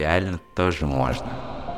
реально тоже можно.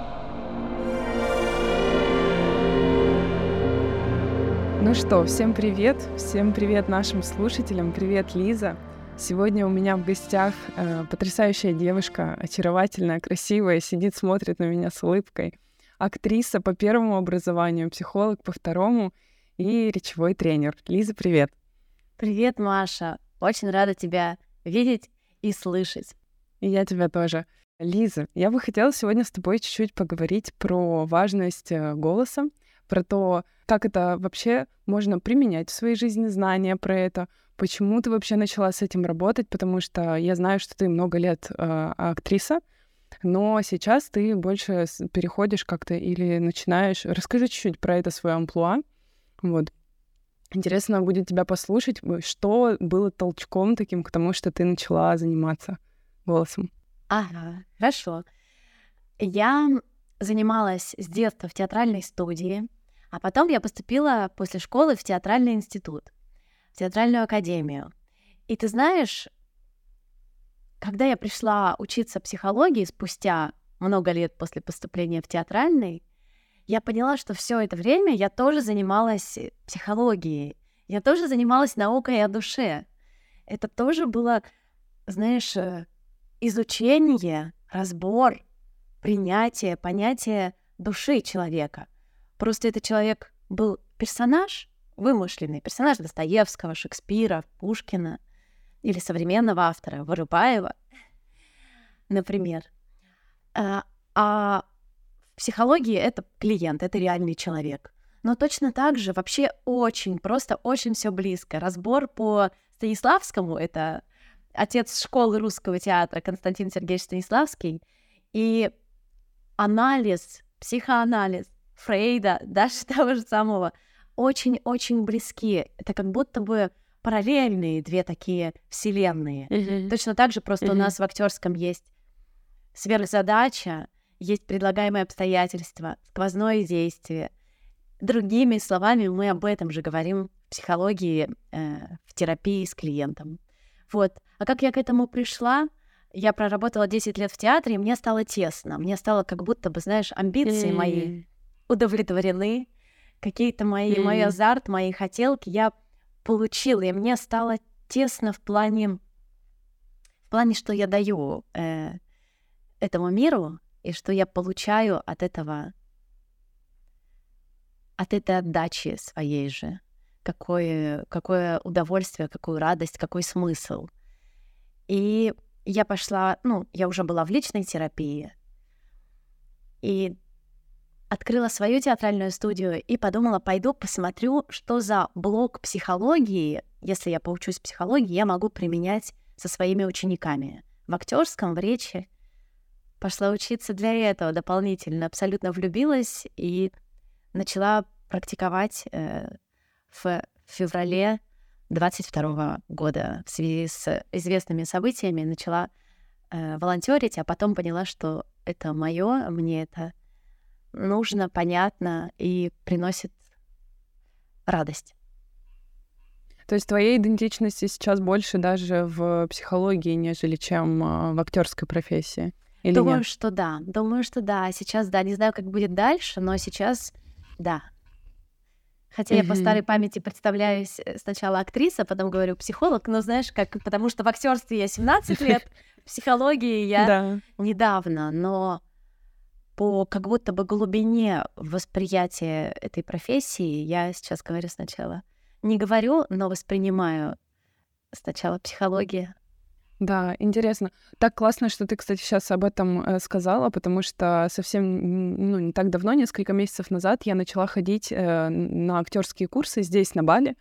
Ну что, всем привет нашим слушателям, привет, Лиза. Сегодня у меня в гостях потрясающая девушка, очаровательная, красивая, сидит, смотрит на меня с улыбкой. Актриса по первому образованию, психолог по второму и речевой тренер. Лиза, привет. Привет, Маша. Очень рада тебя видеть и слышать. И я тебя тоже. Лиза, я бы хотела сегодня с тобой чуть-чуть поговорить про важность голоса, про то, как это вообще можно применять в своей жизни, знания про это, почему ты вообще начала с этим работать, потому что я знаю, что ты много лет актриса, но сейчас ты больше переходишь как-то или начинаешь... Расскажи чуть-чуть про это свое амплуа. Вот. Интересно будет тебя послушать, что было толчком таким к тому, что ты начала заниматься голосом. Ага, хорошо. Я занималась с детства в театральной студии, а потом я поступила после школы в театральный институт, в театральную академию. И ты знаешь, когда я пришла учиться психологии спустя много лет после поступления в театральный, я поняла, что все это время я тоже занималась психологией, я тоже занималась наукой о душе. Это тоже было, знаешь, изучение, разбор, принятие, понятие души человека. Просто этот человек был персонаж, вымышленный персонаж Достоевского, Шекспира, Пушкина или современного автора Вырубаева, например. А в психологии это клиент, это реальный человек. Но точно так же вообще очень просто, очень все близко. Разбор по Станиславскому — это отец школы русского театра Константин Сергеевич Станиславский, и анализ, психоанализ Фрейда, даже того же самого, очень-очень близки. Это как будто бы параллельные две такие вселенные. Точно так же просто у нас в актерском есть сверхзадача, есть предлагаемые обстоятельства, сквозное действие. Другими словами, мы об этом же говорим в психологии, в терапии с клиентом. Вот. А как я к этому пришла? Я проработала 10 лет в театре, и мне стало тесно. Мне стало как будто бы, знаешь, амбиции мои удовлетворены, какие-то мой азарт, мои хотелки я получила, и мне стало тесно в плане, что я даю этому миру, и что я получаю от этого, от этой отдачи своей же. Какое удовольствие, какую радость, какой смысл. И я пошла, я уже была в личной терапии, и открыла свою театральную студию и подумала, пойду посмотрю, что за блок психологии, если я поучусь психологии, я могу применять со своими учениками. В актерском, в речи. Пошла учиться для этого дополнительно. Абсолютно влюбилась и начала практиковать в феврале 22 года в связи с известными событиями. Начала волонтерить, а потом поняла, что это моё, мне это нужно, понятно и приносит радость. То есть твоей идентичности сейчас больше даже в психологии, нежели чем в актерской профессии? Или Думаю, нет? что да. Сейчас да. Не знаю, как будет дальше, но сейчас да. Хотя я по старой памяти представляюсь сначала актриса, потом говорю психолог, но знаешь, потому что в актерстве я 17 лет, в психологии я недавно, но по как будто бы глубине восприятия этой профессии я сейчас говорю сначала. Не говорю, но воспринимаю сначала психология. Да, интересно. Так классно, что ты, кстати, сейчас об этом сказала, потому что совсем не так давно, несколько месяцев назад, я начала ходить на актерские курсы здесь, на Бали.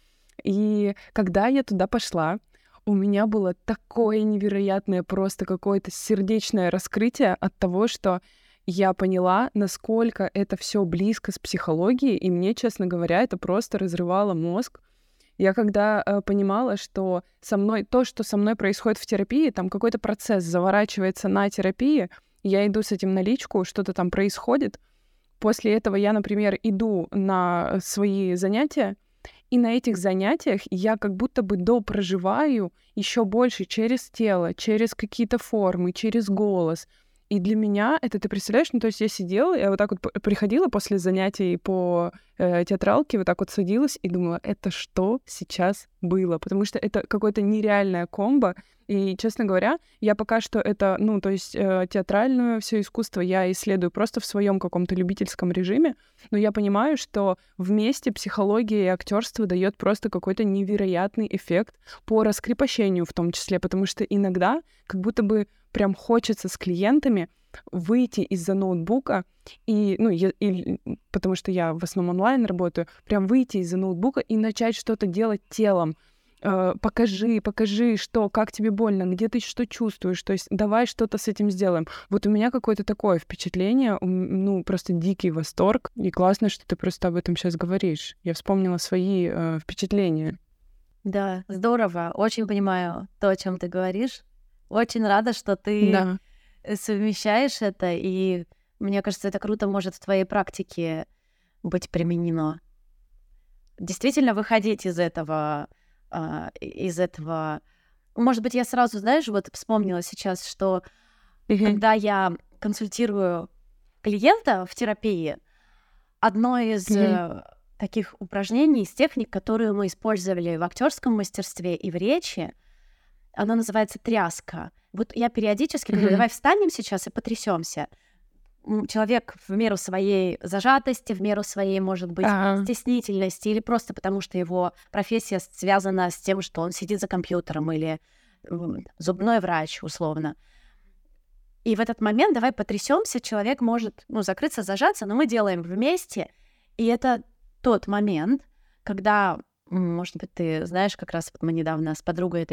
И когда я туда пошла, у меня было такое невероятное просто какое-то сердечное раскрытие от того, что я поняла, насколько это все близко с психологией, и мне, честно говоря, это просто разрывало мозг. Я когда понимала, что то, что со мной происходит в терапии, там какой-то процесс заворачивается на терапии, я иду с этим на личку, что-то там происходит. После этого я, например, иду на свои занятия, и на этих занятиях я как будто бы допроживаю еще больше через тело, через какие-то формы, через голос. И для меня это, ты представляешь, ну, то есть я сидела, я вот так вот приходила после занятий по театралке, вот так вот садилась и думала, это что сейчас было? Потому что это какое-то нереальное комбо. И, честно говоря, я пока что это, ну, то есть театральное все искусство я исследую просто в своем каком-то любительском режиме, но я понимаю, что вместе психология и актерство дает просто какой-то невероятный эффект по раскрепощению в том числе, потому что иногда как будто бы прям хочется с клиентами выйти из-за ноутбука и, ну, потому что я в основном онлайн работаю, прям выйти из-за ноутбука и начать что-то делать телом. Покажи, что, как тебе больно, где ты что чувствуешь, то есть давай что-то с этим сделаем. Вот у меня какое-то такое впечатление, ну, просто дикий восторг, и классно, что ты просто об этом сейчас говоришь. Я вспомнила свои впечатления. Да, здорово, очень понимаю то, о чем ты говоришь. Очень рада, что ты совмещаешь это, и мне кажется, это круто может в твоей практике быть применено. Действительно выходить из этого. Может быть, я сразу, знаешь, вот вспомнила сейчас, что когда я консультирую клиента в терапии, одно из таких упражнений, из техник, которые мы использовали в актерском мастерстве и в речи, оно называется тряска. Вот я периодически говорю, давай встанем сейчас и потрясемся. Человек в меру своей зажатости, в меру своей, может быть, стеснительности, или просто потому, что его профессия связана с тем, что он сидит за компьютером, или зубной врач, условно. И в этот момент давай потрясемся, человек может, закрыться, зажаться, но мы делаем вместе. И это тот момент, когда, может быть, ты знаешь, как раз вот мы недавно с подругой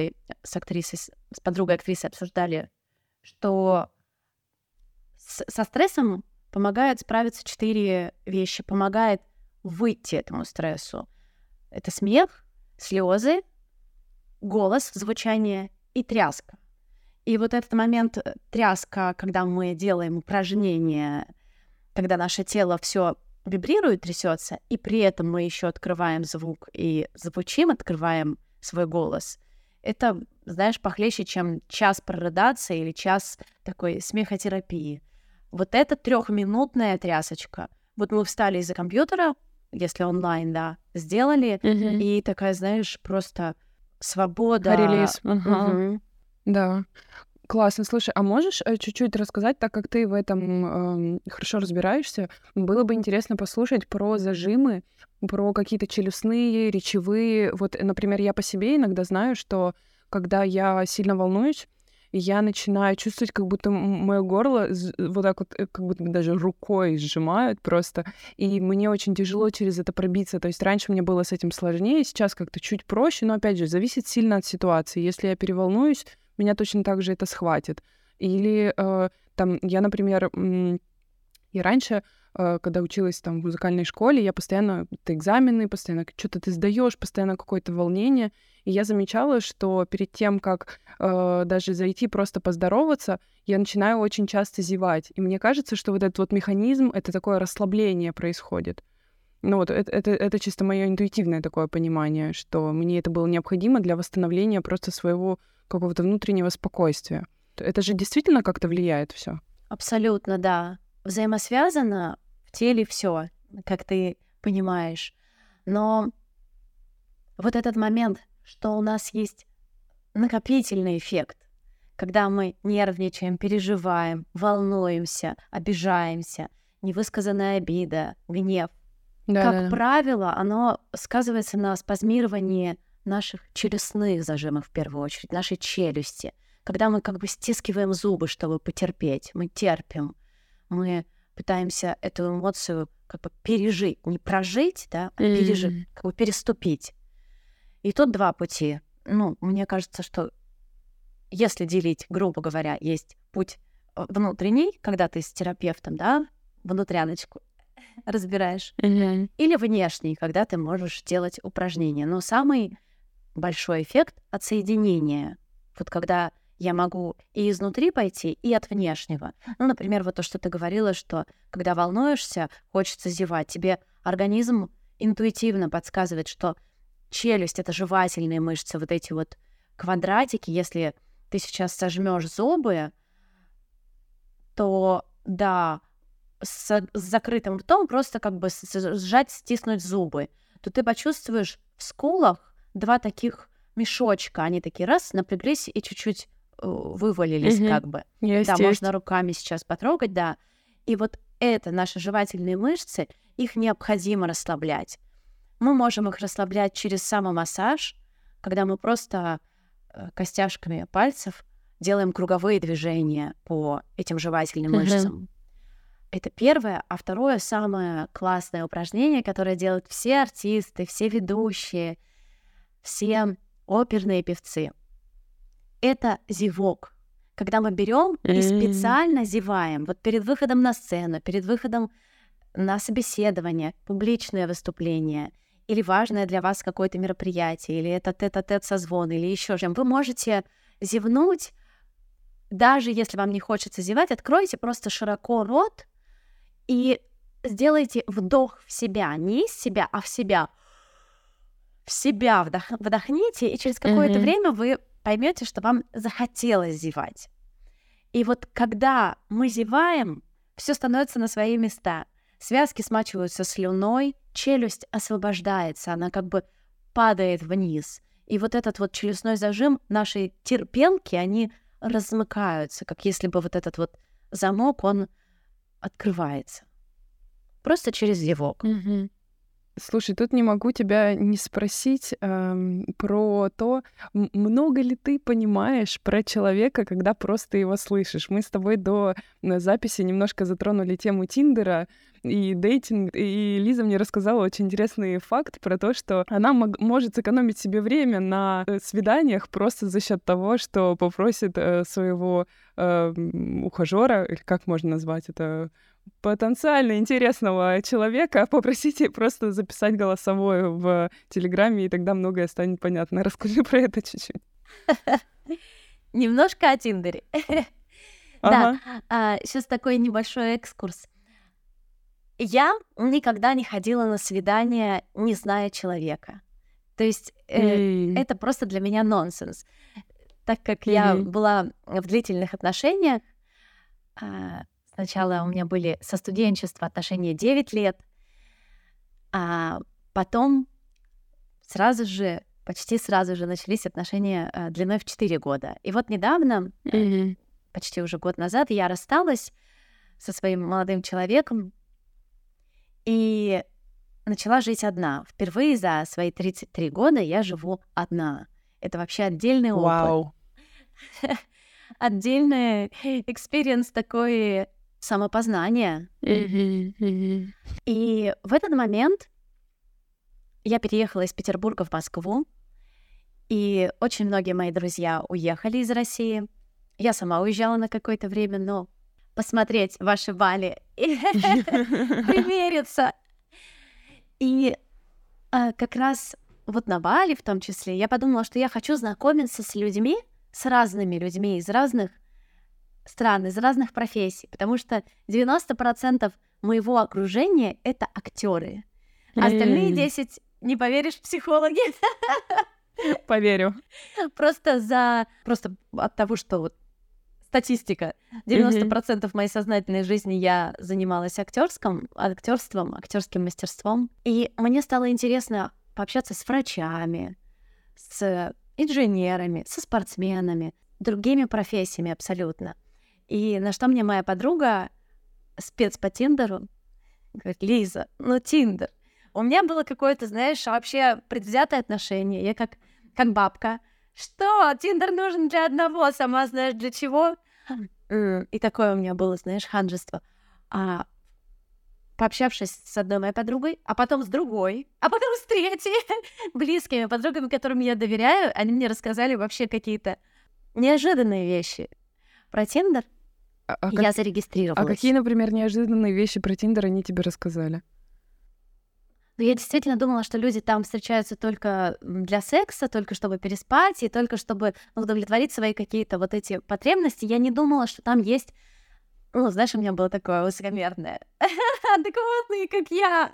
актрисой обсуждали, что со стрессом помогает справиться 4 вещи, помогает выйти этому стрессу. Это смех, слезы, голос, звучание и тряска. И вот этот момент тряска, когда мы делаем упражнения, когда наше тело все вибрирует, трясется, и при этом мы еще открываем звук и звучим, открываем свой голос. Это, знаешь, похлеще, чем час прорыдаться или час такой смехотерапии. Вот это 3-минутная трясочка. Вот мы встали из-за компьютера, если онлайн, да, сделали, и такая, знаешь, просто свобода. Релиз. Да. Классно. Слушай, а можешь чуть-чуть рассказать, так как ты в этом хорошо разбираешься, было бы интересно послушать про зажимы, про какие-то челюстные, речевые. Вот, например, я по себе иногда знаю, что когда я сильно волнуюсь, я начинаю чувствовать, как будто мое горло вот так вот, как будто даже рукой сжимают просто, и мне очень тяжело через это пробиться. То есть раньше мне было с этим сложнее, сейчас как-то чуть проще, но, опять же, зависит сильно от ситуации. Если я переволнуюсь, меня точно так же это схватит. Или там, я, например, и раньше, когда училась там в музыкальной школе, я постоянно экзамены, постоянно что-то ты сдаешь, постоянно какое-то волнение. И я замечала, что перед тем, как даже зайти просто поздороваться, я начинаю очень часто зевать. И мне кажется, что вот этот вот механизм, это такое расслабление происходит. Ну вот это чисто мое интуитивное такое понимание, что мне это было необходимо для восстановления просто своего какого-то внутреннего спокойствия. Это же действительно как-то влияет все. Абсолютно, да. Взаимосвязано в теле все, как ты понимаешь. Но вот этот момент, что у нас есть накопительный эффект, когда мы нервничаем, переживаем, волнуемся, обижаемся, невысказанная обида, гнев. Как правило, оно сказывается на спазмировании наших челюстных зажимов в первую очередь, нашей челюсти. Когда мы как бы стискиваем зубы, чтобы потерпеть, мы терпим, мы пытаемся эту эмоцию как бы пережить, не прожить, да, а пережить, как бы переступить. И тут 2 пути. Мне кажется, что если делить, грубо говоря, есть путь внутренний, когда ты с терапевтом, да, внутряночку разбираешь, или внешний, когда ты можешь делать упражнения. Но самый большой эффект от соединения. Вот когда я могу и изнутри пойти, и от внешнего. Например, вот то, что ты говорила, что когда волнуешься, хочется зевать. Тебе организм интуитивно подсказывает, что челюсть — это жевательные мышцы, вот эти вот квадратики. Если ты сейчас сожмешь зубы, то да, с закрытым ртом просто как бы сжать, стиснуть зубы, то ты почувствуешь в скулах 2 таких мешочка. Они такие раз напряглись и чуть-чуть вывалились как бы. Да, можно руками сейчас потрогать, да. И вот это наши жевательные мышцы, их необходимо расслаблять. Мы можем их расслаблять через самомассаж, когда мы просто костяшками пальцев делаем круговые движения по этим жевательным мышцам. Это первое. А второе, самое классное упражнение, которое делают все артисты, все ведущие, все оперные певцы. Это зевок. Когда мы берем и специально зеваем, вот перед выходом на сцену, перед выходом на собеседование, публичное выступление, или важное для вас какое-то мероприятие, или это тет-а-тет созвон, или еще что-то, вы можете зевнуть, даже если вам не хочется зевать, откройте просто широко рот и сделайте вдох в себя, не из себя, а в себя. В себя вдохните, и через какое-то время вы поймете, что вам захотелось зевать. И вот когда мы зеваем, все становится на свои места. Связки смачиваются слюной, челюсть освобождается, она как бы падает вниз. И вот этот вот челюстной зажим, наши терпелки, они размыкаются, как если бы вот этот вот замок, он открывается. Просто через зевок. Слушай, тут не могу тебя не спросить про то, много ли ты понимаешь про человека, когда просто его слышишь. Мы с тобой до записи немножко затронули тему Тиндера и дейтинг, и Лиза мне рассказала очень интересный факт про то, что она может сэкономить себе время на свиданиях просто за счет того, что попросит своего ухажера, или как можно назвать это, потенциально интересного человека, попросите просто записать голосовое в Телеграме, и тогда многое станет понятно. Расскажи про это чуть-чуть. Немножко о Тиндере. Да, сейчас такой небольшой экскурс. Я никогда не ходила на свидание, не зная человека. То есть это просто для меня нонсенс. Так как я была в длительных отношениях, сначала у меня были со студенчества отношения 9 лет, а потом почти сразу же начались отношения длиной в 4 года. И вот недавно, почти уже год назад, я рассталась со своим молодым человеком и начала жить одна. Впервые за свои 33 года я живу одна. Это вообще отдельный опыт. Вау. Отдельный экспириенс такой самопознания. И в этот момент я переехала из Петербурга в Москву, и очень многие мои друзья уехали из России. Я сама уезжала на какое-то время, но посмотреть ваши Бали и примериться. И как раз вот на Бали в том числе я подумала, что я хочу знакомиться с людьми, с разными людьми из разных стран, из разных профессий, потому что 90% моего окружения — это актеры. Остальные 10, не поверишь, психологи. Поверю. Просто от того, что вот статистика. 90% моей сознательной жизни я занималась актерским мастерством. И мне стало интересно пообщаться с врачами, с инженерами, со спортсменами, другими профессиями абсолютно. И на что мне моя подруга, спец по Тиндеру, говорит: Лиза, Тиндер. У меня было какое-то, знаешь, вообще предвзятое отношение. Я как бабка. Что? Тиндер нужен для одного, сама знаешь для чего? И такое у меня было, знаешь, ханжество. А пообщавшись с одной моей подругой, а потом с другой, а потом с третьей, близкими подругами, которым я доверяю, они мне рассказали вообще какие-то неожиданные вещи про Тиндер. Я зарегистрировалась. А какие, например, неожиданные вещи про Тиндер они тебе рассказали? Я действительно думала, что люди там встречаются только для секса, только чтобы переспать и только чтобы удовлетворить свои какие-то вот эти потребности. Я не думала, что там есть... знаешь, у меня было такое высокомерное. Адекватные, как я.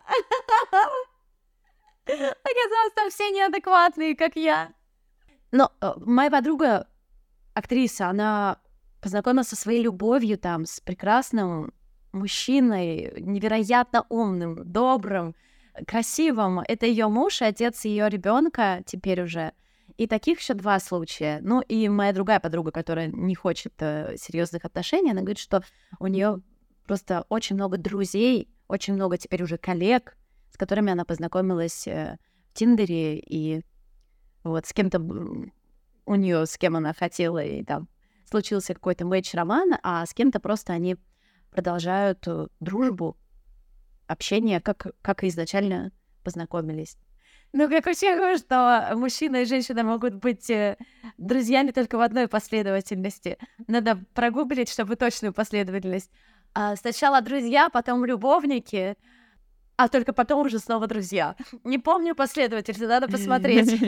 Оказалось, там все неадекватные, как я. Но моя подруга, актриса, она познакомилась со своей любовью там, с прекрасным мужчиной, невероятно умным, добрым, красивым. Это ее муж и отец ее ребенка теперь уже. И таких еще 2 случая. Ну и моя другая подруга, которая не хочет серьезных отношений, она говорит, что у нее просто очень много друзей, очень много теперь уже коллег, с которыми она познакомилась в Тиндере, и вот с кем-то у нее, с кем она хотела, и там случился какой-то матч-роман, а с кем-то просто они продолжают дружбу, общение, как и изначально познакомились. Ну, как учитывая, что мужчина и женщина могут быть друзьями только в одной последовательности. Надо прогуглить, чтобы точную последовательность. Сначала друзья, потом любовники, а только потом уже снова друзья. Не помню последовательность, надо посмотреть.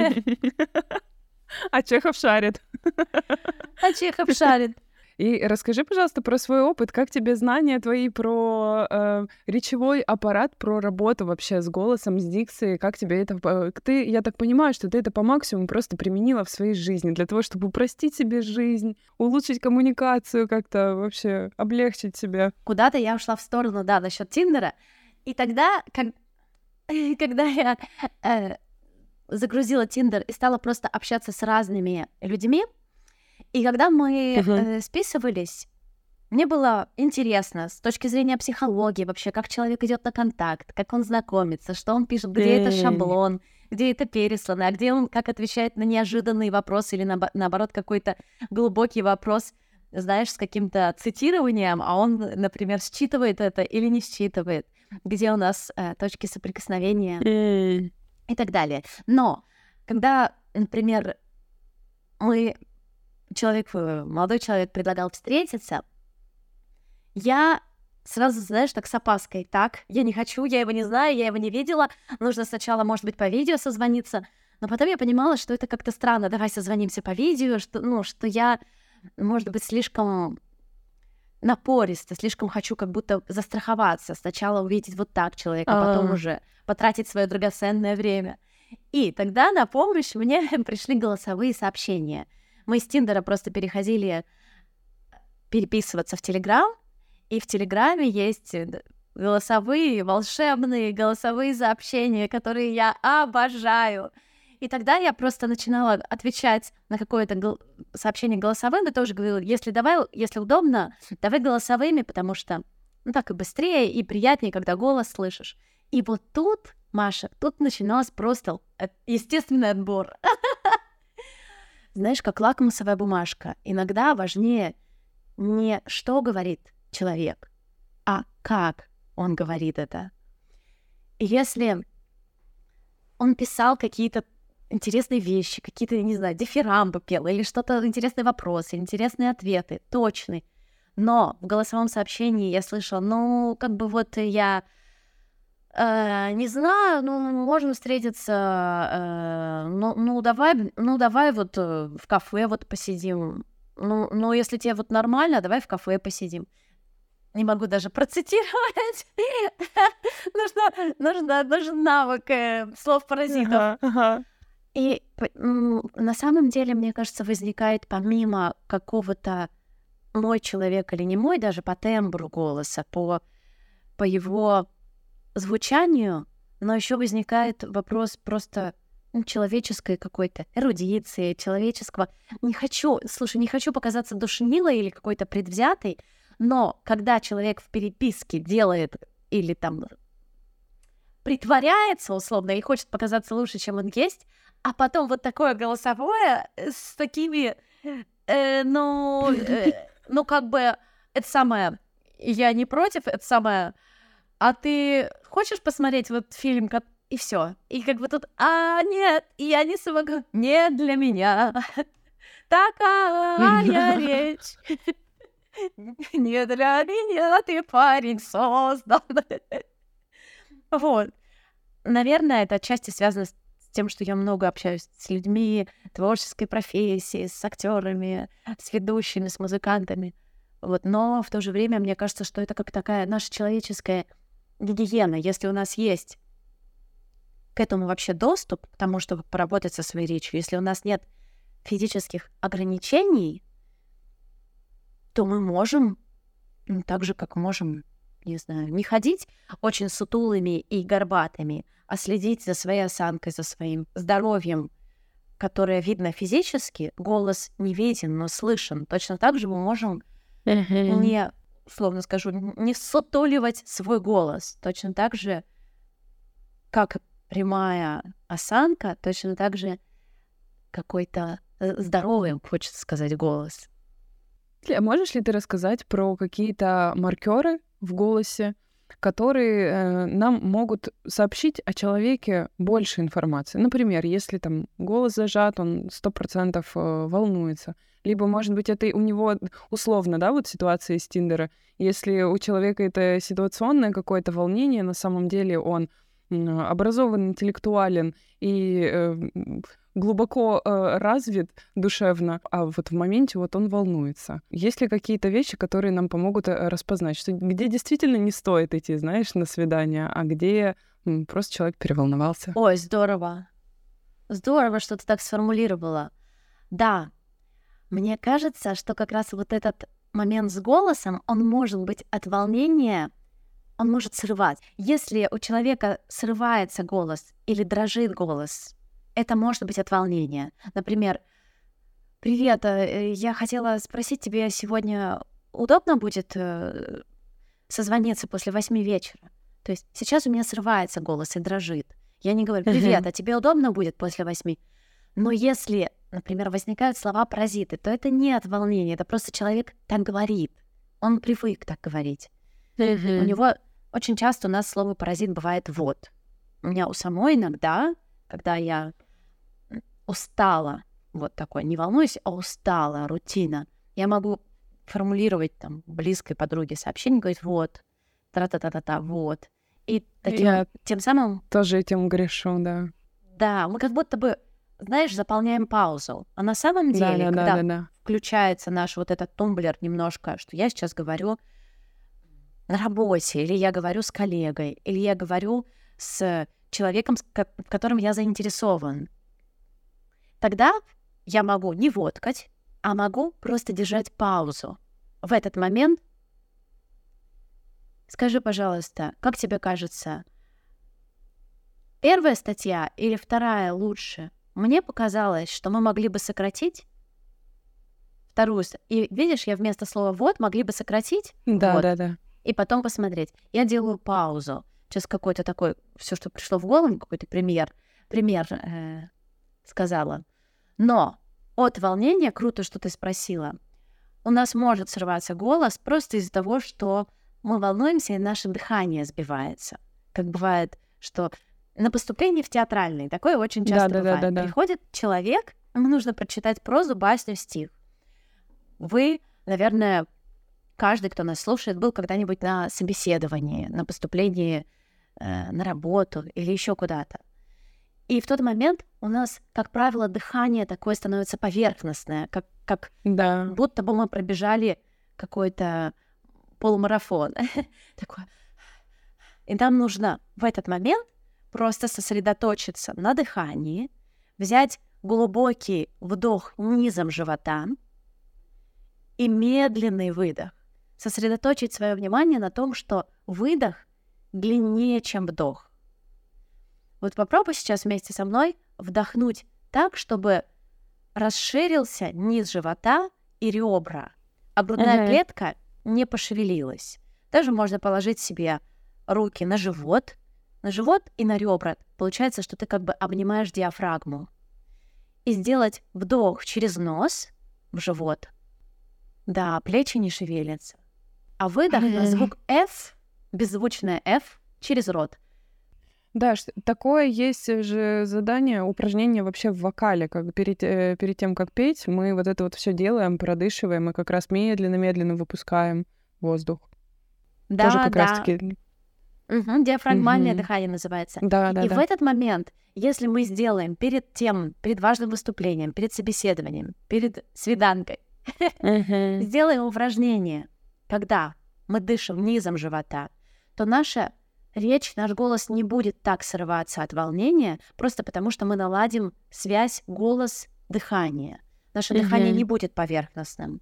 А Чехов шарит. А Чехов шарит. И расскажи, пожалуйста, про свой опыт. Как тебе знания твои про речевой аппарат, про работу вообще с голосом, с дикцией? Как тебе это... Я так понимаю, что ты это по максимуму просто применила в своей жизни для того, чтобы упростить себе жизнь, улучшить коммуникацию, как-то вообще облегчить себе. Куда-то я ушла в сторону, да, насчет Тиндера. И тогда, когда я загрузила Тиндер и стала просто общаться с разными людьми, и когда мы списывались, мне было интересно с точки зрения психологии вообще, как человек идет на контакт, как он знакомится, что он пишет, где это шаблон, где это переслано, а где он как отвечает на неожиданный вопрос или наоборот какой-то глубокий вопрос, знаешь, с каким-то цитированием, а он, например, считывает это или не считывает, где у нас точки соприкосновения и так далее. Но когда, например, молодой человек предлагал встретиться, я сразу, знаешь, так с опаской. Так, я не хочу, я его не знаю, я его не видела. Нужно сначала, может быть, по видео созвониться. Но потом я понимала, что это как-то странно. Давай созвонимся по видео, что я, может быть, слишком напористо, слишком хочу как будто застраховаться. Сначала увидеть вот так человека, а потом уже потратить свое драгоценное время. И тогда на помощь мне пришли голосовые сообщения. Мы с Тиндера просто переходили переписываться в Телеграм, и в Телеграме есть волшебные голосовые сообщения, которые я обожаю. И тогда я просто начинала отвечать на какое-то сообщение голосовым, и тоже говорила, если удобно, давай голосовыми, потому что так и быстрее, и приятнее, когда голос слышишь. И вот тут, Маша, тут начиналось просто естественный отбор. Знаешь, как лакмусовая бумажка. Иногда важнее не что говорит человек, а как он говорит это. И если он писал какие-то интересные вещи, какие-то, не знаю, дифирамбы пел, или что-то, интересные вопросы, интересные ответы, точные, но в голосовом сообщении я слышала, я... не знаю, можем встретиться, давай вот в кафе вот посидим. Если тебе вот нормально, давай в кафе посидим. Не могу даже процитировать. Нужен навык слов-паразитов. И на самом деле, мне кажется, возникает помимо какого-то мой человек или не мой, даже по тембру голоса, по его звучанию, но еще возникает вопрос просто человеческой какой-то эрудиции, человеческого. Не хочу показаться душнилой или какой-то предвзятой, но когда человек в переписке делает или там притворяется условно и хочет показаться лучше, чем он есть, а потом вот такое голосовое с такими, это самое, я не против, это самое, а ты хочешь посмотреть вот фильм, и все. И как бы тут, нет, я не смогу, не для меня. Такая речь. Не для меня ты, парень, создан. Вот. Наверное, это отчасти связано с тем, что я много общаюсь с людьми творческой профессии, с актерами, с ведущими, с музыкантами. Вот. Но в то же время мне кажется, что это как такая наша человеческая гигиена. Если у нас есть к этому вообще доступ, к тому, чтобы поработать со своей речью, если у нас нет физических ограничений, то мы можем, так же, как можем, не знаю, не ходить очень сутулыми и горбатыми, а следить за своей осанкой, за своим здоровьем, которое видно физически, голос не виден, но слышен. Точно так же мы можем не, условно скажу, не сутуливать свой голос. Точно так же, как прямая осанка, точно так же какой-то здоровый, хочется сказать, голос. А можешь ли ты рассказать про какие-то маркеры в голосе, которые нам могут сообщить о человеке больше информации? Например, если там голос зажат, он 100% волнуется. Либо, может быть, это у него условно, да, вот ситуация из Тиндера. Если у человека это ситуационное какое-то волнение, на самом деле он образован, интеллектуален и глубоко развит душевно, а вот в моменте вот он волнуется. Есть ли какие-то вещи, которые нам помогут распознать, что где действительно не стоит идти, знаешь, на свидание, а где просто человек переволновался? Ой, здорово. Здорово, что ты так сформулировала. Да, мне кажется, что как раз вот этот момент с голосом, он может быть от волнения, он может срывать. Если у человека срывается голос или дрожит голос, это может быть от волнения. Например, «Привет, я хотела спросить, тебе сегодня удобно будет созвониться после 8 вечера?» То есть сейчас у меня срывается голос и дрожит. Я не говорю «Привет, а тебе удобно будет после 8?» Но если, например, возникают слова-паразиты, то это не от волнения, это просто человек так говорит. Он привык так говорить. У него очень часто у нас слово «паразит» бывает «вот». У меня у самой иногда, когда я устала, вот такое, не волнуюсь, а устала, рутина, я могу формулировать там близкой подруге сообщение, говорить «вот», тра-та-та-та-та, «вот». И таким, тем самым... Тоже этим грешу, да. Да, мы как будто бы, знаешь, заполняем паузу. А на самом деле, когда включается наш вот этот тумблер немножко, что я сейчас говорю на работе, или я говорю с коллегой, или я говорю с человеком, в котором я заинтересован, тогда я могу не водкать, а могу просто держать паузу. В этот момент скажи, пожалуйста, как тебе кажется, первая статья или вторая лучше? Мне показалось, что мы могли бы сократить вторую. И видишь, я вместо слова «вот» могли бы сократить Да. и потом посмотреть. Я делаю паузу. Сейчас какой-то такой, все, что пришло в голову, какой-то пример сказала. Но от волнения, круто, что ты спросила, у нас может срываться голос просто из-за того, что мы волнуемся, и наше дыхание сбивается. Как бывает, что на поступлении в театральный такое очень часто бывает. Приходит человек, ему нужно прочитать прозу, басню, стих. Вы, наверное, каждый, кто нас слушает, был когда-нибудь на собеседовании, на поступлении на работу или еще куда-то. И в тот момент у нас, как правило, дыхание такое становится поверхностное, как будто бы мы пробежали какой-то полумарафон. Такое. И нам нужно в этот момент просто сосредоточиться на дыхании, взять глубокий вдох низом живота и медленный выдох. Сосредоточить свое внимание на том, что выдох длиннее, чем вдох. Вот попробуй сейчас вместе со мной вдохнуть так, чтобы расширился низ живота и ребра, а грудная клетка не пошевелилась. Даже можно положить себе руки на живот и на ребра. Получается, что ты как бы обнимаешь диафрагму. И сделать вдох через нос в живот. Да, плечи не шевелятся. А выдох на звук F, беззвучное F, через рот. Да, такое есть же задание, упражнение вообще в вокале, как перед тем, как петь, мы вот это вот все делаем, продышиваем и как раз медленно-медленно выпускаем воздух. Да, тоже как раз-таки... Диафрагмальное дыхание называется. И в этот момент, если мы сделаем перед важным выступлением, перед собеседованием, перед свиданкой, сделаем упражнение, когда мы дышим низом живота, то наша речь, наш голос не будет так срываться от волнения, просто потому что мы наладим связь голос-дыхание. Наше дыхание не будет поверхностным.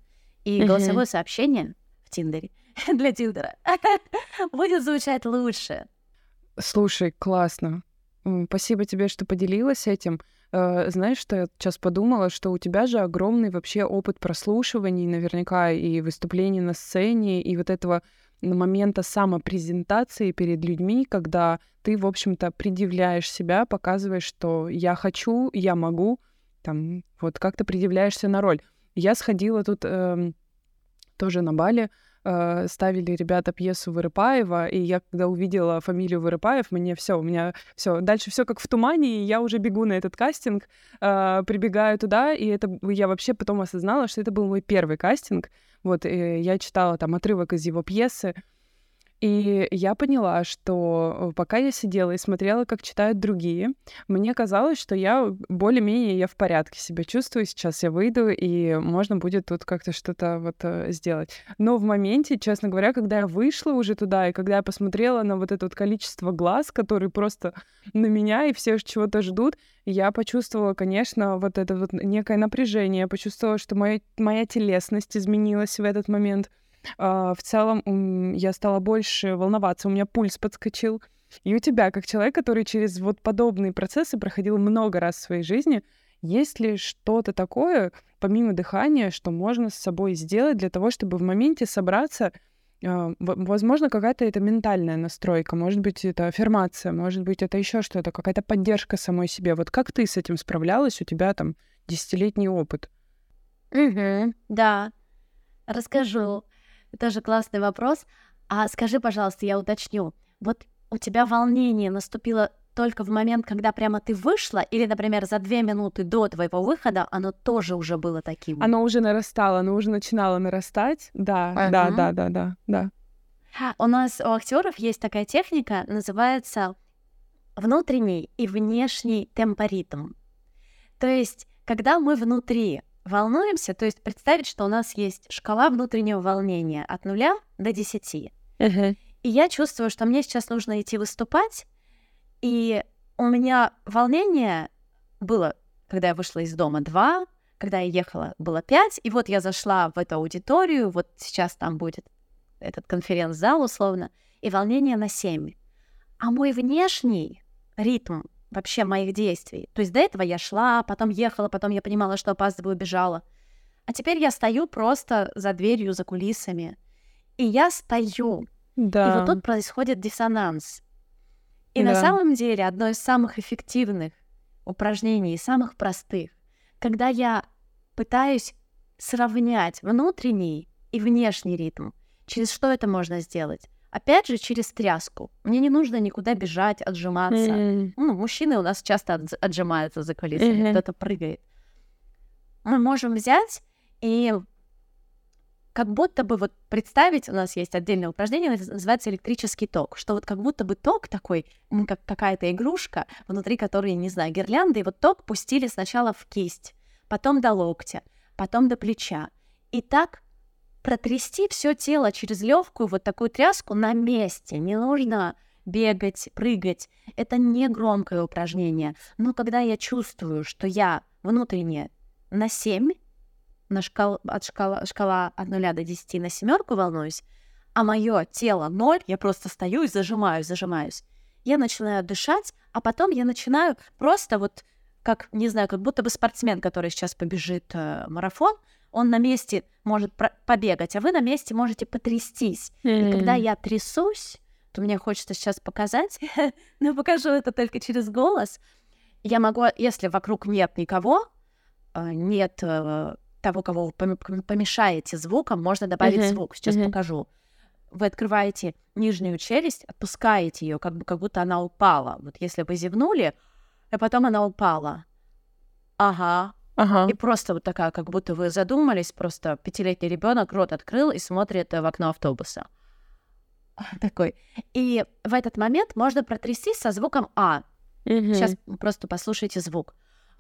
и голосовое сообщение в Тиндере для Тиндера будет звучать лучше. Слушай, классно. Спасибо тебе, что поделилась этим. Знаешь, что я сейчас подумала, что у тебя же огромный вообще опыт прослушиваний, наверняка и выступлений на сцене, и вот этого момента самопрезентации перед людьми, когда ты, в общем-то, предъявляешь себя, показываешь, что я хочу, я могу, там, вот как ты предъявляешься на роль. Я сходила тут тоже на Бали, ставили ребята пьесу Вырыпаева, и я, когда увидела фамилию Вырыпаев, у меня все, дальше все как в тумане, и я уже бегу на этот кастинг, прибегаю туда, и это я вообще потом осознала, что это был мой первый кастинг. Вот, и я читала там отрывок из его пьесы, и я поняла, что пока я сидела и смотрела, как читают другие, мне казалось, что я более-менее я в порядке себя чувствую. Сейчас я выйду, и можно будет тут как-то что-то вот сделать. Но в моменте, честно говоря, когда я вышла уже туда, и когда я посмотрела на вот это вот количество глаз, которые просто на меня, и все чего-то ждут, я почувствовала, конечно, вот это вот некое напряжение. Я почувствовала, что моя телесность изменилась в этот момент. В целом я стала больше волноваться, у меня пульс подскочил. И у тебя, как человек, который через вот подобные процессы проходил много раз в своей жизни, есть ли что-то такое, помимо дыхания, что можно с собой сделать для того, чтобы в моменте собраться? Возможно, какая-то это ментальная настройка, может быть, это аффирмация, может быть, это еще что-то, какая-то поддержка самой себе. Вот как ты с этим справлялась? У тебя там 10-летний опыт. Да, расскажу. Тоже классный вопрос. А скажи, пожалуйста, я уточню. Вот у тебя волнение наступило только в момент, когда прямо ты вышла, или, например, за 2 минуты до твоего выхода оно тоже уже было таким? Оно уже нарастало, оно уже начинало нарастать. Да. У нас у актеров есть такая техника, называется внутренний и внешний темпоритм. То есть, когда мы внутри волнуемся, то есть представить, что у нас есть шкала внутреннего волнения от 0 до 10. И я чувствую, что мне сейчас нужно идти выступать, и у меня волнение было, когда я вышла из дома, 2, когда я ехала, было 5, и вот я зашла в эту аудиторию, вот сейчас там будет этот конференц-зал условно, и волнение на 7. А мой внешний ритм вообще моих действий. То есть до этого я шла, потом ехала, потом я понимала, что опаздываю, бежала. А теперь я стою просто за дверью, за кулисами. И я стою. Да. И вот тут происходит диссонанс. И на самом деле одно из самых эффективных упражнений, самых простых, когда я пытаюсь сравнять внутренний и внешний ритм. Через что это можно сделать? Опять же, через тряску. Мне не нужно никуда бежать, отжиматься. Мужчины у нас часто отжимаются за кулисами, кто-то прыгает. Мы можем взять и как будто бы вот представить, у нас есть отдельное упражнение, называется электрический ток, что вот как будто бы ток такой, как какая-то игрушка, внутри которой, не знаю, гирлянды, и вот ток пустили сначала в кисть, потом до локтя, потом до плеча. И так протрясти все тело через легкую вот такую тряску на месте. Не нужно бегать, прыгать. Это не громкое упражнение. Но когда я чувствую, что я внутренне на 7, шкала от 0 до 10 на 7 волнуюсь, а мое тело 0, я просто стою и зажимаюсь. Я начинаю дышать, а потом я начинаю просто вот, как, не знаю, как будто бы спортсмен, который сейчас побежит марафон, он на месте может побегать, а вы на месте можете потрястись. И когда я трясусь, то мне хочется сейчас показать, но покажу это только через голос. Я могу, если вокруг нет никого, нет того, кого вы помешаете звуком, можно добавить звук. Сейчас покажу. Вы открываете нижнюю челюсть, отпускаете ее, как будто она упала. Вот если вы зевнули, а потом она упала. Ага. И просто вот такая, как будто вы задумались, просто 5-летний ребенок рот открыл и смотрит в окно автобуса. Такой. И в этот момент можно протрястись со звуком «а». Сейчас просто послушайте звук. Ну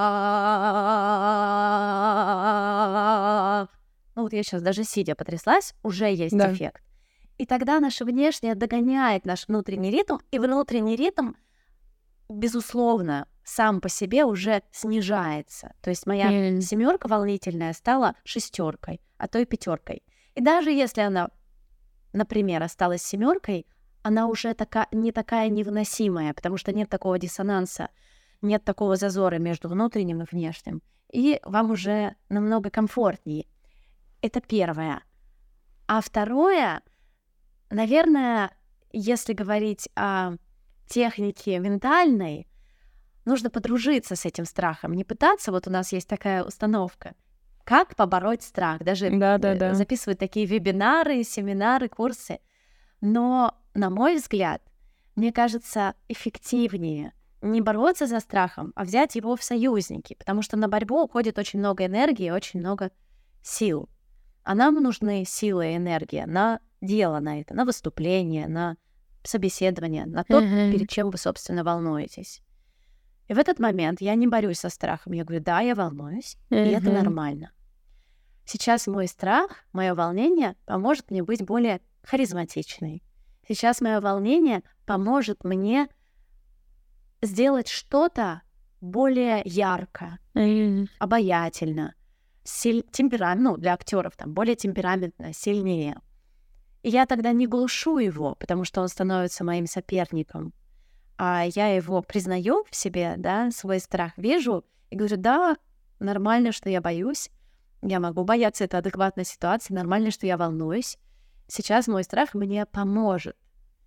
вот я сейчас даже сидя потряслась, уже есть эффект. И тогда наше внешнее догоняет наш внутренний ритм, и внутренний ритм, безусловно, сам по себе уже снижается. То есть моя 7 волнительная стала 6, а то и 5. И даже если она, например, осталась 7, она уже не такая невыносимая, потому что нет такого диссонанса, нет такого зазора между внутренним и внешним. И вам уже намного комфортнее. Это первое. А второе, наверное, если говорить о технике ментальной, нужно подружиться с этим страхом, не пытаться, вот у нас есть такая установка, как побороть страх, даже записывают такие вебинары, семинары, курсы. Но, на мой взгляд, мне кажется, эффективнее не бороться за страхом, а взять его в союзники, потому что на борьбу уходит очень много энергии, очень много сил. А нам нужны силы и энергия на дело, на это, на выступление, на собеседование, на то, перед чем вы, собственно, волнуетесь. И в этот момент я не борюсь со страхом. Я говорю, да, я волнуюсь, и это нормально. Сейчас мой страх, мое волнение поможет мне быть более харизматичной. Сейчас мое волнение поможет мне сделать что-то более ярко, обаятельно, темпераментно, для актеров там более темпераментно, сильнее. И я тогда не глушу его, потому что он становится моим соперником, а я его признаю в себе, да, свой страх вижу и говорю, да, нормально, что я боюсь, я могу бояться, это адекватная ситуация, нормально, что я волнуюсь. Сейчас мой страх мне поможет.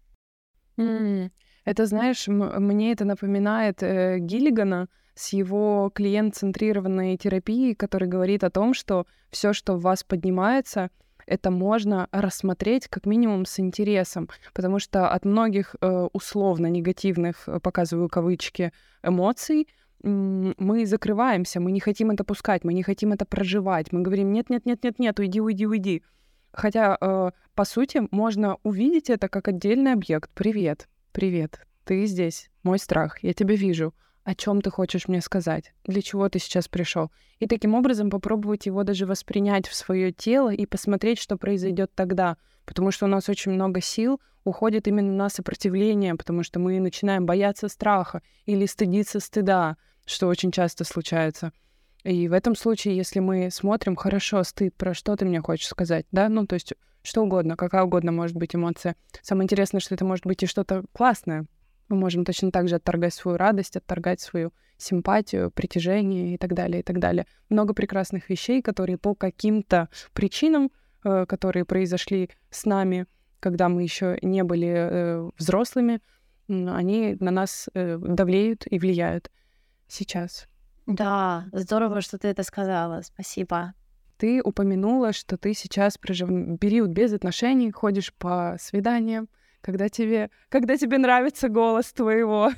Это, знаешь, мне это напоминает Гиллигана с его клиент-центрированной терапией, который говорит о том, что все, что в вас поднимается, это можно рассмотреть как минимум с интересом, потому что от многих условно негативных, показываю кавычки, эмоций, мы закрываемся, мы не хотим это пускать, мы не хотим это проживать, мы говорим нет, уйди. Хотя, по сути, можно увидеть это как отдельный объект. Привет, ты здесь, мой страх, я тебя вижу. О чем ты хочешь мне сказать? Для чего ты сейчас пришел? И таким образом попробовать его даже воспринять в свое тело и посмотреть, что произойдет тогда. Потому что у нас очень много сил уходит именно на сопротивление, потому что мы начинаем бояться страха или стыдиться стыда, что очень часто случается. И в этом случае, если мы смотрим, хорошо, стыд, про что ты мне хочешь сказать, да? Ну, то есть что угодно, какая угодно может быть эмоция. Самое интересное, что это может быть и что-то классное. Мы можем точно так же отторгать свою радость, отторгать свою симпатию, притяжение и так далее, и так далее. Много прекрасных вещей, которые по каким-то причинам, которые произошли с нами, когда мы еще не были взрослыми, они на нас давлеют и влияют сейчас. Да, здорово, что ты это сказала. Спасибо. Ты упомянула, что ты сейчас период без отношений, ходишь по свиданиям, когда тебе нравится голос твоего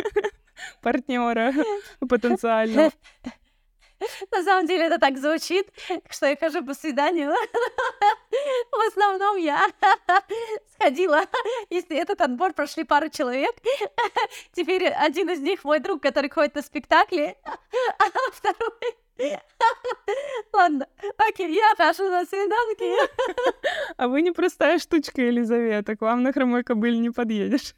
партнера потенциального. На самом деле это так звучит, что я хожу по свиданию. В основном я сходила, если этот отбор прошли пару человек. Теперь один из них мой друг, который ходит на спектакли, а второй... Ладно, окей, я хожу на свиданки. А вы не простая штучка, Елизавета, к вам на хромой кобыле не подъедешь.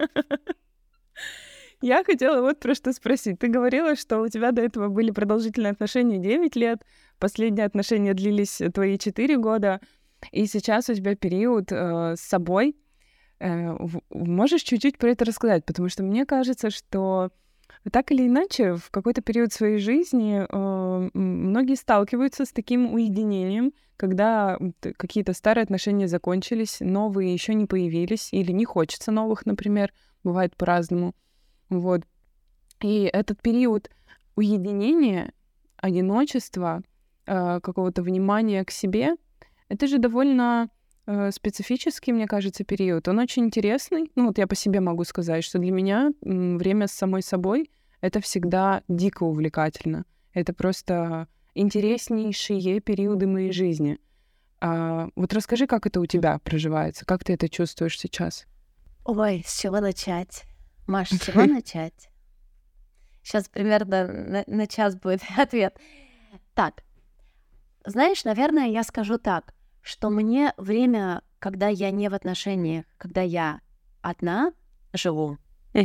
Я хотела вот про что спросить. Ты говорила, что у тебя до этого были продолжительные отношения 9 лет, последние отношения длились твои 4 года, и сейчас у тебя период с собой. Можешь чуть-чуть про это рассказать? Потому что мне кажется, что так или иначе в какой-то период своей жизни многие сталкиваются с таким уединением, когда какие-то старые отношения закончились, новые еще не появились, или не хочется новых, например, бывает по-разному. Вот. И этот период уединения, одиночества, какого-то внимания к себе, это же довольно специфический, мне кажется, период. Он очень интересный. Ну вот я по себе могу сказать, что для меня время с самой собой — это всегда дико увлекательно. Это просто интереснейшие периоды моей жизни. Вот расскажи, как это у тебя проживается, как ты это чувствуешь сейчас? Ой, с чего начать? Маш, с чего начать? Сейчас примерно на час будет ответ. Так, знаешь, наверное, я скажу так, что мне время, когда я не в отношениях, когда я одна живу,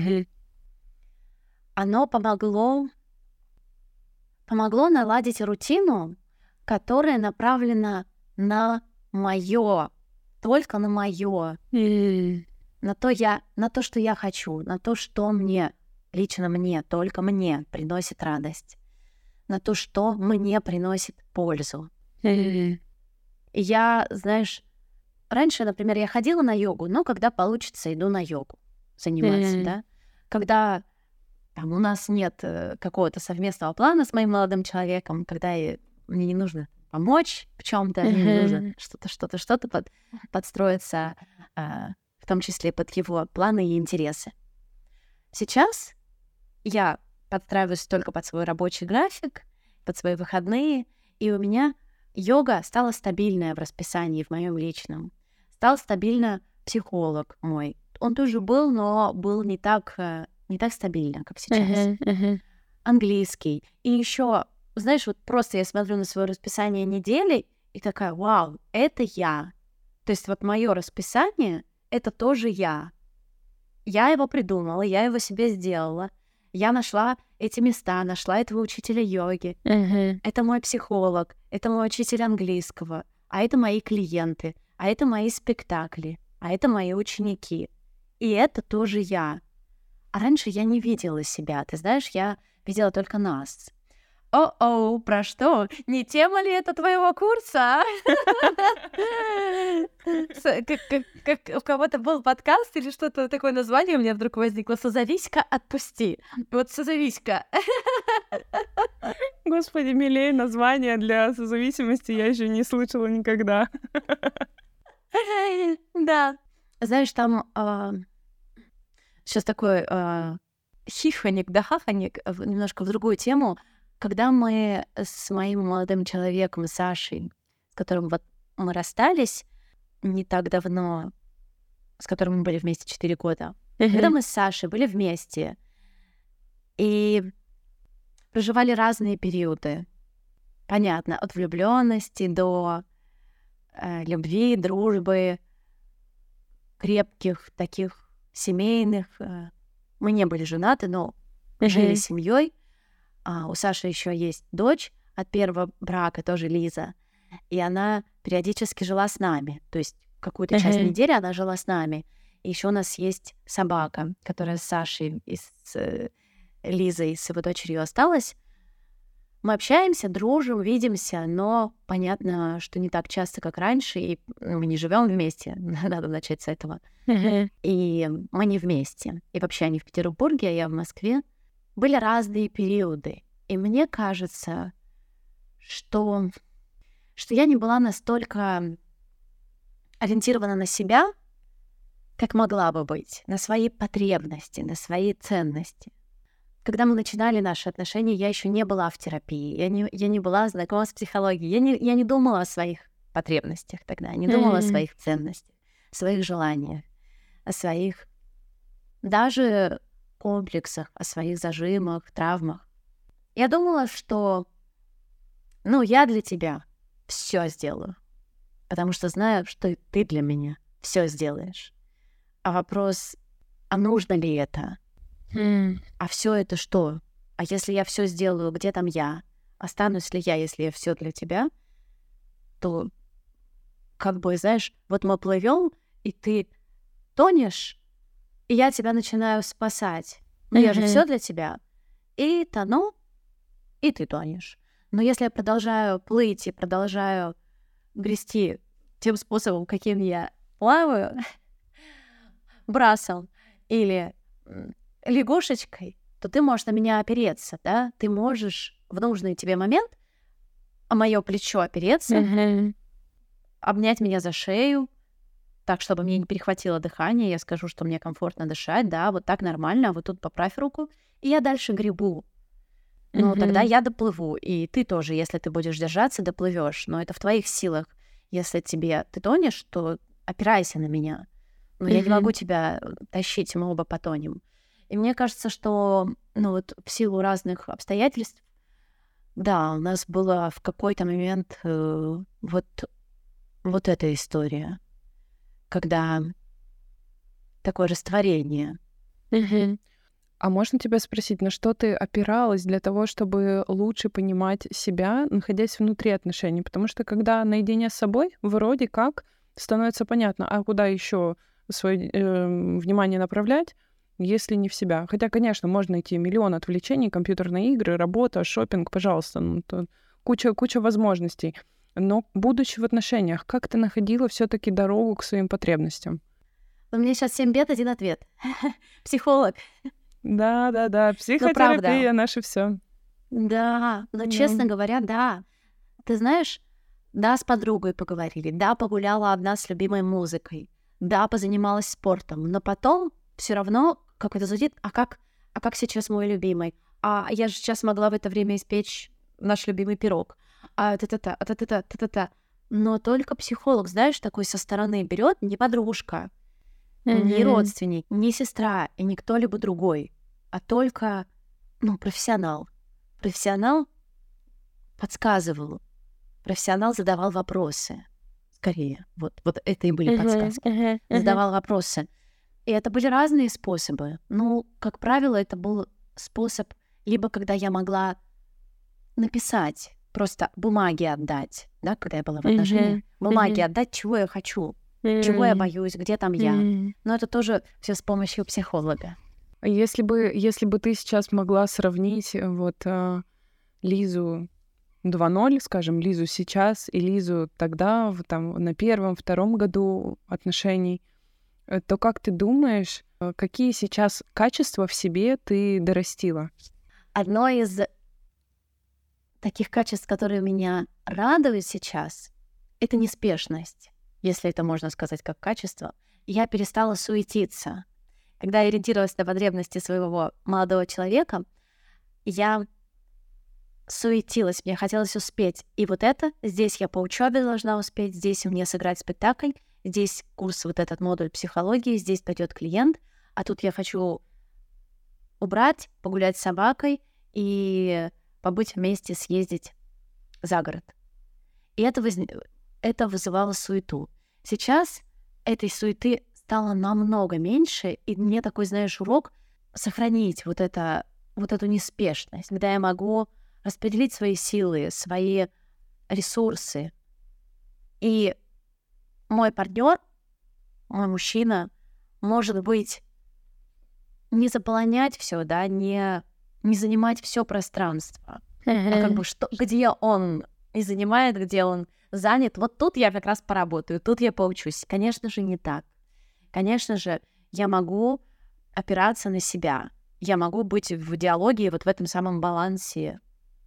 оно помогло наладить рутину, которая направлена на моё, только на моё, на то, что я хочу, на то, что мне, лично мне, только мне приносит радость, на то, что мне приносит пользу. И я, знаешь, раньше, например, я ходила на йогу, но когда получится, иду на йогу заниматься, да. Когда там у нас нет какого-то совместного плана с моим молодым человеком, когда мне не нужно помочь в чем-то, мне не нужно что-то подстроиться, в том числе под его планы и интересы. Сейчас я подстраиваюсь только под свой рабочий график, под свои выходные, и у меня йога стала стабильная в расписании, в моем личном. Стал стабильно психолог мой. Он тоже был, но был не так стабильно, как сейчас. Английский. И еще, знаешь, вот просто я смотрю на свое расписание недели и такая: вау, это я. То есть вот мое расписание — это тоже я. Я его придумала, я его себе сделала. Я нашла эти места, нашла этого учителя йоги. Это мой психолог, это мой учитель английского, а это мои клиенты, а это мои спектакли, а это мои ученики. И это тоже я. А раньше я не видела себя, ты знаешь, я видела только нас. О-оу, про что? Не тема ли это твоего курса? Как у кого-то был подкаст или что-то такое название у меня вдруг возникло: «Созовись-ка, отпусти». Вот «Созовись-ка». Господи, милее название для созависимости я еще не слышала никогда. Да. Знаешь, там сейчас такой хихоник, да хахоник, немножко в другую тему. Когда мы с моим молодым человеком Сашей, с которым вот мы расстались не так давно, с которым мы были вместе 4 года, когда мы с Сашей были вместе и проживали разные периоды, понятно, от влюбленности до любви, дружбы, крепких таких семейных. Мы не были женаты, но жили семьей. У Саши еще есть дочь от первого брака, тоже Лиза, и она периодически жила с нами. То есть какую-то часть недели она жила с нами. И еще у нас есть собака, которая с Сашей и с Лизой, с его дочерью осталась. Мы общаемся, дружим, видимся, но понятно, что не так часто, как раньше, и мы не живем вместе. Надо начать с этого. И мы не вместе. И вообще они в Петербурге, а я в Москве. Были разные периоды. И мне кажется, что я не была настолько ориентирована на себя, как могла бы быть, на свои потребности, на свои ценности. Когда мы начинали наши отношения, я еще не была в терапии, я не была знакома с психологией, я не думала о своих потребностях тогда, не думала о своих ценностях, своих желаниях, о своих даже комплексах, о своих зажимах, травмах. Я думала, что, я для тебя все сделаю, потому что знаю, что и ты для меня все сделаешь. А вопрос, а нужно ли это? А все это что? А если я все сделаю, где там я? Останусь ли я, если я все для тебя? То, знаешь, вот мы плывем, и ты тонешь, и я тебя начинаю спасать. Но я же все для тебя. И тону, и ты тонешь. Но если я продолжаю плыть и продолжаю грести тем способом, каким я плаваю, брасом или лягушечкой, то ты можешь на меня опереться, да? Ты можешь в нужный тебе момент о моё плечо опереться, обнять меня за шею, так, чтобы мне не перехватило дыхание, я скажу, что мне комфортно дышать, да, вот так нормально, а вот тут поправь руку, и я дальше гребу. Но тогда я доплыву, и ты тоже, если ты будешь держаться, доплывешь. Но это в твоих силах. Если ты тонешь, то опирайся на меня. Но я не могу тебя тащить, мы оба потонем. И мне кажется, что, вот в силу разных обстоятельств, да, у нас была в какой-то момент вот эта история, когда такое растворение. А можно тебя спросить, на что ты опиралась для того, чтобы лучше понимать себя, находясь внутри отношений? Потому что когда наедине с собой, вроде как становится понятно, а куда еще свое внимание направлять, если не в себя. Хотя, конечно, можно найти миллион отвлечений, компьютерные игры, работа, шопинг, пожалуйста, куча возможностей. Но будучи в отношениях, как ты находила все-таки дорогу к своим потребностям? У меня сейчас 7 бед, один ответ. Психолог. Да, психотерапия, наше все. Да, но, честно говоря, да. Ты знаешь, да, с подругой поговорили, да, погуляла одна с любимой музыкой, да, позанималась спортом, но потом все равно какой-то зудит, а как сейчас мой любимый? А я же сейчас могла в это время испечь наш любимый пирог. Та-та-та. Но только психолог, знаешь, такой со стороны берет, не подружка, не родственник, не сестра и не кто-либо другой, а только, профессионал. Профессионал подсказывал, профессионал задавал вопросы. Скорее, вот это и были подсказки. Задавал вопросы. И это были разные способы. Как правило, это был способ, либо когда я могла написать, просто бумаги отдать, да, когда я была в отношениях, бумаги отдать, чего я хочу, чего я боюсь, где там я. Но это тоже все с помощью психолога. Если бы ты сейчас могла сравнить Лизу 2.0, скажем, Лизу сейчас и Лизу тогда, на первом-втором году отношений, то как ты думаешь, какие сейчас качества в себе ты дорастила? Одно из таких качеств, которые меня радуют сейчас, это неспешность, если это можно сказать как качество. Я перестала суетиться. Когда я ориентировалась на потребности своего молодого человека, я суетилась, мне хотелось успеть. И здесь я по учебе должна успеть, здесь мне сыграть спектакль, здесь курс, этот модуль психологии, здесь пойдет клиент, а тут я хочу убрать, погулять с собакой и побыть вместе, съездить за город. И это вызывало суету. Сейчас этой суеты стало намного меньше, и мне такой, знаешь, урок сохранить эту неспешность, когда я могу распределить свои силы, свои ресурсы. И мой партнер, мой мужчина, может быть, не заполонять все, да, не занимать все пространство. А где он и занимает, где он занят, вот тут я как раз поработаю, тут я поучусь. Конечно же, не так. Конечно же, я могу опираться на себя. Я могу быть в диалоге, в этом самом балансе.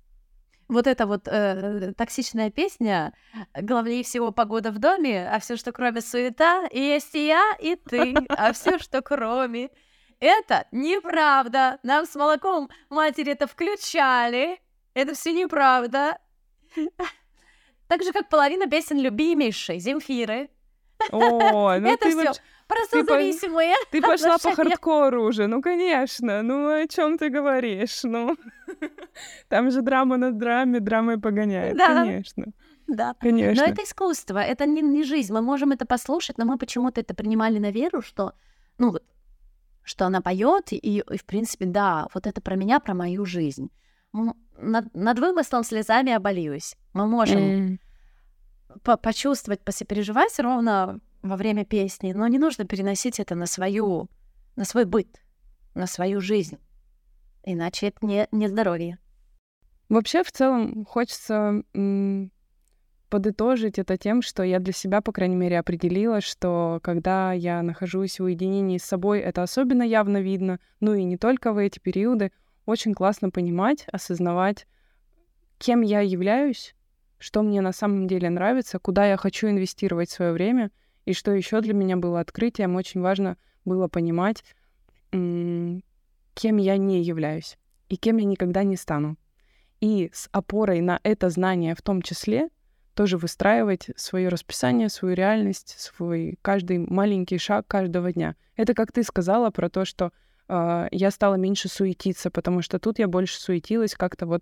Эта токсичная песня «Главнее всего погода в доме, а все, что кроме суета, есть и я, и ты, а все, что кроме...» Это неправда. Нам с молоком матери это включали. Это все неправда. Так же, как половина песен любимейшей Земфиры. Это все про созависимые. Ты пошла по хардкору уже, конечно. О чем ты говоришь? Там же драма на драме, драмой погоняет, конечно. Да, конечно. Но это искусство, это не жизнь. Мы можем это послушать, но мы почему-то это принимали на веру, что, что она поет, и в принципе, да, это про меня, про мою жизнь. Над вымыслом слезами обольюсь. Мы можем почувствовать, посопереживать ровно во время песни, но не нужно переносить это на свой быт, на свою жизнь. Иначе это не здоровье. Вообще, в целом, хочется подытожить это тем, что я для себя, по крайней мере, определила, что когда я нахожусь в уединении с собой, это особенно явно видно, и не только в эти периоды, очень классно понимать, осознавать, кем я являюсь, что мне на самом деле нравится, куда я хочу инвестировать свое время, и что еще для меня было открытием, очень важно было понимать, кем я не являюсь и кем я никогда не стану. И с опорой на это знание в том числе тоже выстраивать свое расписание, свою реальность, свой каждый маленький шаг каждого дня. Это как ты сказала про то, что я стала меньше суетиться, потому что тут я больше суетилась, как-то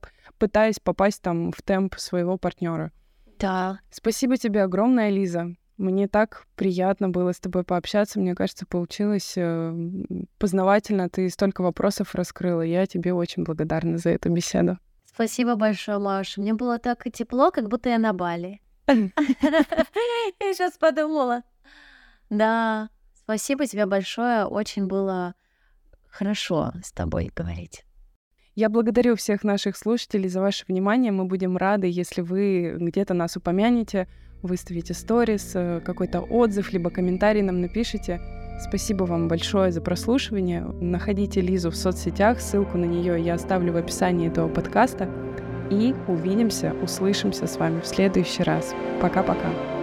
пытаясь попасть в темп своего партнера. Да. Спасибо тебе огромное, Лиза. Мне так приятно было с тобой пообщаться. Мне кажется, получилось познавательно. Ты столько вопросов раскрыла. Я тебе очень благодарна за эту беседу. Спасибо большое, Маша. Мне было так и тепло, как будто я на Бали. Я сейчас подумала. Да, спасибо тебе большое. Очень было хорошо с тобой говорить. Я благодарю всех наших слушателей за ваше внимание. Мы будем рады, если вы где-то нас упомянете, выставите сторис, какой-то отзыв, либо комментарий нам напишите. Спасибо вам большое за прослушивание. Находите Лизу в соцсетях, ссылку на нее я оставлю в описании этого подкаста. И увидимся, услышимся с вами в следующий раз. Пока-пока.